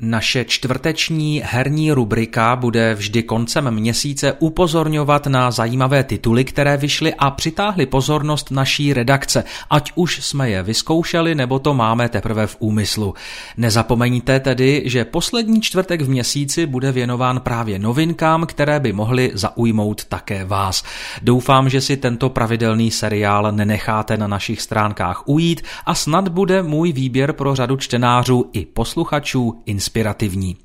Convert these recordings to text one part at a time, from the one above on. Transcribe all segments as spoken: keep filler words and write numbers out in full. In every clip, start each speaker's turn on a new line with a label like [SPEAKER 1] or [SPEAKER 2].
[SPEAKER 1] Naše čtvrteční herní rubrika bude vždy koncem měsíce upozorňovat na zajímavé tituly, které vyšly a přitáhly pozornost naší redakce, ať už jsme je vyzkoušeli, nebo to máme teprve v úmyslu. Nezapomeňte tedy, že poslední čtvrtek v měsíci bude věnován právě novinkám, které by mohly zaujmout také vás. Doufám, že si tento pravidelný seriál nenecháte na našich stránkách ujít a snad bude můj výběr pro řadu čtenářů i posluchačů inspirativní.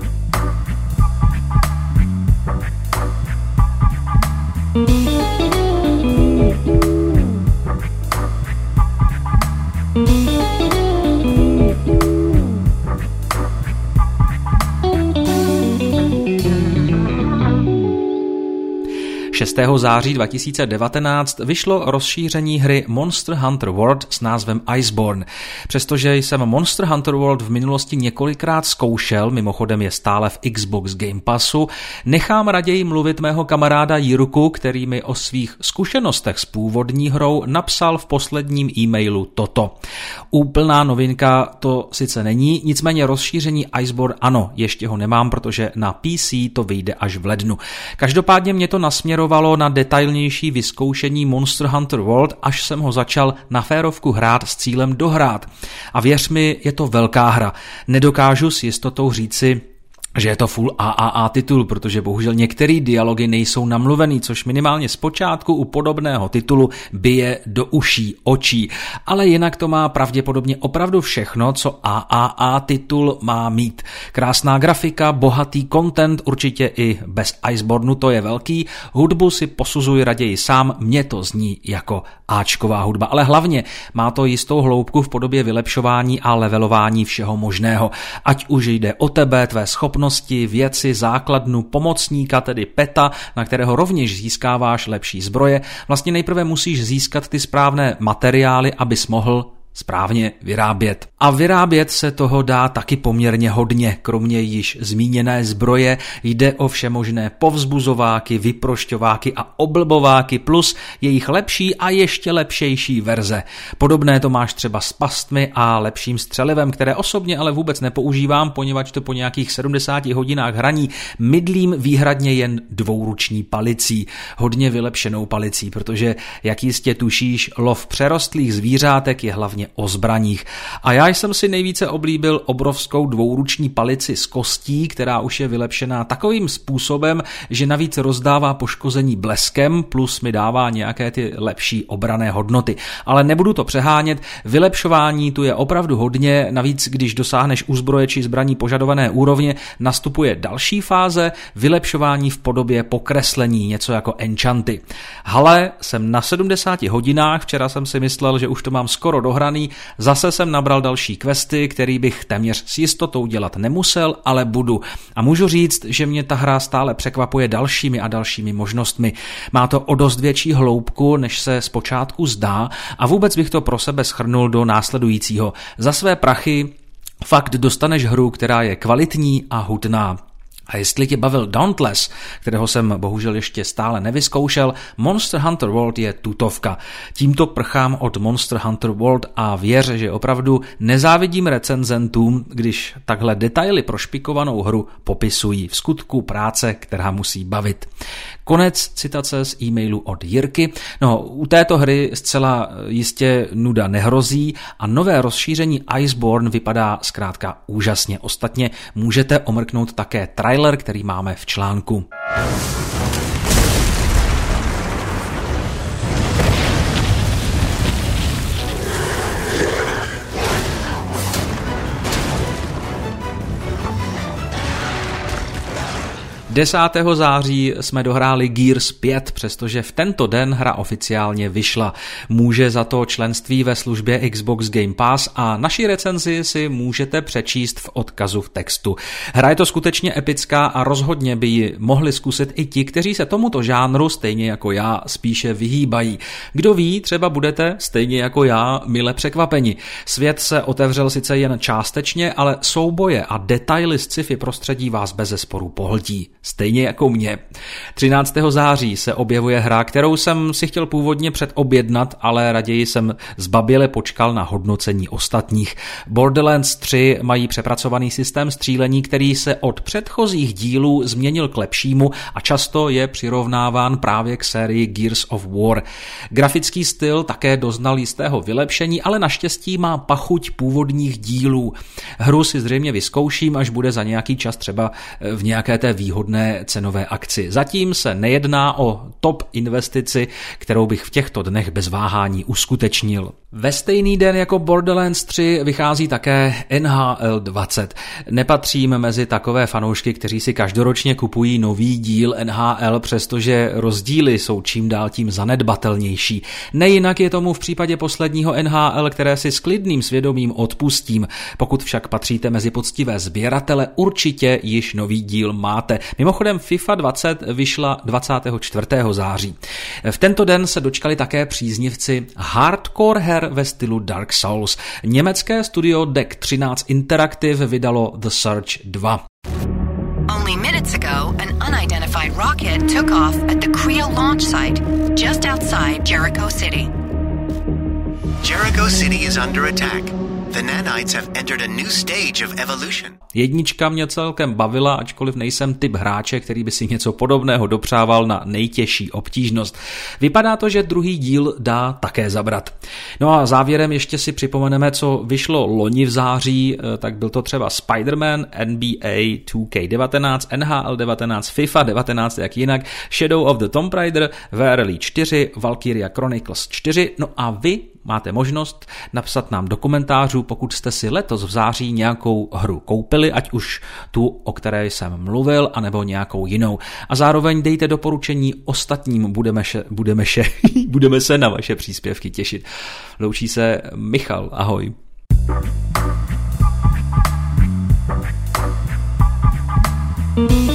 [SPEAKER 1] šestého září dva tisíce devatenáct vyšlo rozšíření hry Monster Hunter World s názvem Iceborne. Přestože jsem Monster Hunter World v minulosti několikrát zkoušel, mimochodem je stále v Xbox Game Passu, nechám raději mluvit mého kamaráda Jirku, který mi o svých zkušenostech s původní hrou napsal v posledním e-mailu toto. Úplná novinka to sice není, nicméně rozšíření Iceborne ano, ještě ho nemám, protože na P C to vyjde až v lednu. Každopádně mě to nasměrovalo na detailnější vyzkoušení Monster Hunter World, až jsem ho začal na férovku hrát s cílem dohrát. A věř mi, je to velká hra. Nedokážu s jistotou říci, že je to full A A A titul, protože bohužel některé dialogy nejsou namluvený, což minimálně zpočátku u podobného titulu bije do uší, očí. Ale jinak to má pravděpodobně opravdu všechno, co A A A titul má mít. Krásná grafika, bohatý content, určitě i bez Icebornu, to je velký. Hudbu si posuzuji raději sám, mně to zní jako áčková hudba. Ale hlavně má to jistou hloubku v podobě vylepšování a levelování všeho možného. Ať už jde o tebe, tvé schopnosti, věci, základnu, pomocníka, tedy peta, na kterého rovněž získáváš lepší zbroje. Vlastně nejprve musíš získat ty správné materiály, abys mohl správně vyrábět. A vyrábět se toho dá taky poměrně hodně, kromě již zmíněné zbroje jde o všemožné povzbuzováky, vyprošťováky a oblbováky plus jejich lepší a ještě lepšejší verze. Podobné to máš třeba s pastmi a lepším střelivem, které osobně ale vůbec nepoužívám, poněvadž to po nějakých sedmdesáti hodinách hraní mydlím výhradně jen dvouruční palicí, hodně vylepšenou palicí, protože jak jistě tušíš, lov přerostlých zvířátek je hlavně o zbraních. A já jsem si nejvíce oblíbil obrovskou dvouruční palici z kostí, která už je vylepšená takovým způsobem, že navíc rozdává poškození bleskem, plus mi dává nějaké ty lepší obranné hodnoty. Ale nebudu to přehánět, vylepšování tu je opravdu hodně, navíc když dosáhneš u zbroje či zbraní požadované úrovně, nastupuje další fáze, vylepšování v podobě pokreslení, něco jako enchanty. Hale, jsem na sedmdesáti hodinách, včera jsem si myslel, že už to mám skoro dohraný, zase jsem nabral další questy, který bych téměř s jistotou dělat nemusel, ale budu. A můžu říct, že mě ta hra stále překvapuje dalšími a dalšími možnostmi. Má to o dost větší hloubku, než se zpočátku zdá a vůbec bych to pro sebe shrnul do následujícího. Za své prachy fakt dostaneš hru, která je kvalitní a hutná. A jestli tě bavil Dauntless, kterého jsem bohužel ještě stále nevyzkoušel, Monster Hunter World je tutovka. Tímto prchám od Monster Hunter World a věř, že opravdu nezávidím recenzentům, když takhle detaily prošpikovanou hru popisují. V skutku práce, která musí bavit. Konec citace z e-mailu od Jirky. No, u této hry zcela jistě nuda nehrozí a nové rozšíření Iceborne vypadá zkrátka úžasně. Ostatně můžete omrknout také trailer, který máme v článku. desátého září jsme dohráli Gears pět, přestože v tento den hra oficiálně vyšla. Může za to členství ve službě Xbox Game Pass a naši recenzi si můžete přečíst v odkazu v textu. Hra je to skutečně epická a rozhodně by ji mohli zkusit i ti, kteří se tomuto žánru stejně jako já spíše vyhýbají. Kdo ví, třeba budete stejně jako já mile překvapeni. Svět se otevřel sice jen částečně, ale souboje a detaily z sci-fi prostředí vás bezesporu pohltí. Stejně jako mě. třináctého září se objevuje hra, kterou jsem si chtěl původně předobjednat, ale raději jsem zbaběle počkal na hodnocení ostatních. Borderlands tři mají přepracovaný systém střílení, který se od předchozích dílů změnil k lepšímu a často je přirovnáván právě k sérii Gears of War. Grafický styl také doznal jistého vylepšení, ale naštěstí má pachuť původních dílů. Hru si zřejmě vyzkouším, až bude za nějaký čas třeba v nějaké té výhodné cenové akci. Zatím se nejedná o top investici, kterou bych v těchto dnech bez váhání uskutečnil. Ve stejný den jako Borderlands tři vychází také N H L dvacet. Nepatřím mezi takové fanoušky, kteří si každoročně kupují nový díl N H L, přestože rozdíly jsou čím dál tím zanedbatelnější. Nejinak je tomu v případě posledního N H L, které si s klidným svědomím odpustím. Pokud však patříte mezi poctivé sběratele, určitě již nový díl máte. Mimochodem FIFA dvacet vyšla dvacátého čtvrtého září. V tento den se dočkali také příznivci hardcore her ve stylu Dark Souls. Německé studio Deck třináct Interactive vydalo The Surge dva.
[SPEAKER 2] Only minutes ago, an unidentified rocket took off at the Creo launch site just outside Jericho City.
[SPEAKER 3] Jericho City is under attack. The nanites have entered a new stage of evolution.
[SPEAKER 1] Jednička mě celkem bavila, ačkoliv nejsem typ hráče, který by si něco podobného dopřával na nejtěžší obtížnost. Vypadá to, že druhý díl dá také zabrat. No a závěrem ještě si připomeneme, co vyšlo loni v září, tak byl to třeba Spider-Man, N B A two K devatenáct, N H L devatenáct, FIFA devatenáct, jak jinak, Shadow of the Tomb Raider, V R L čtyři, Valkyria Chronicles čtyři, no a vy máte možnost napsat nám do komentářů, pokud jste si letos v září nějakou hru koupili, ať už tu, o které jsem mluvil, anebo nějakou jinou. A zároveň dejte doporučení ostatním, budeme, še, budeme, še, budeme se na vaše příspěvky těšit. Loučí se Michal, ahoj.
[SPEAKER 2] Mm-hmm.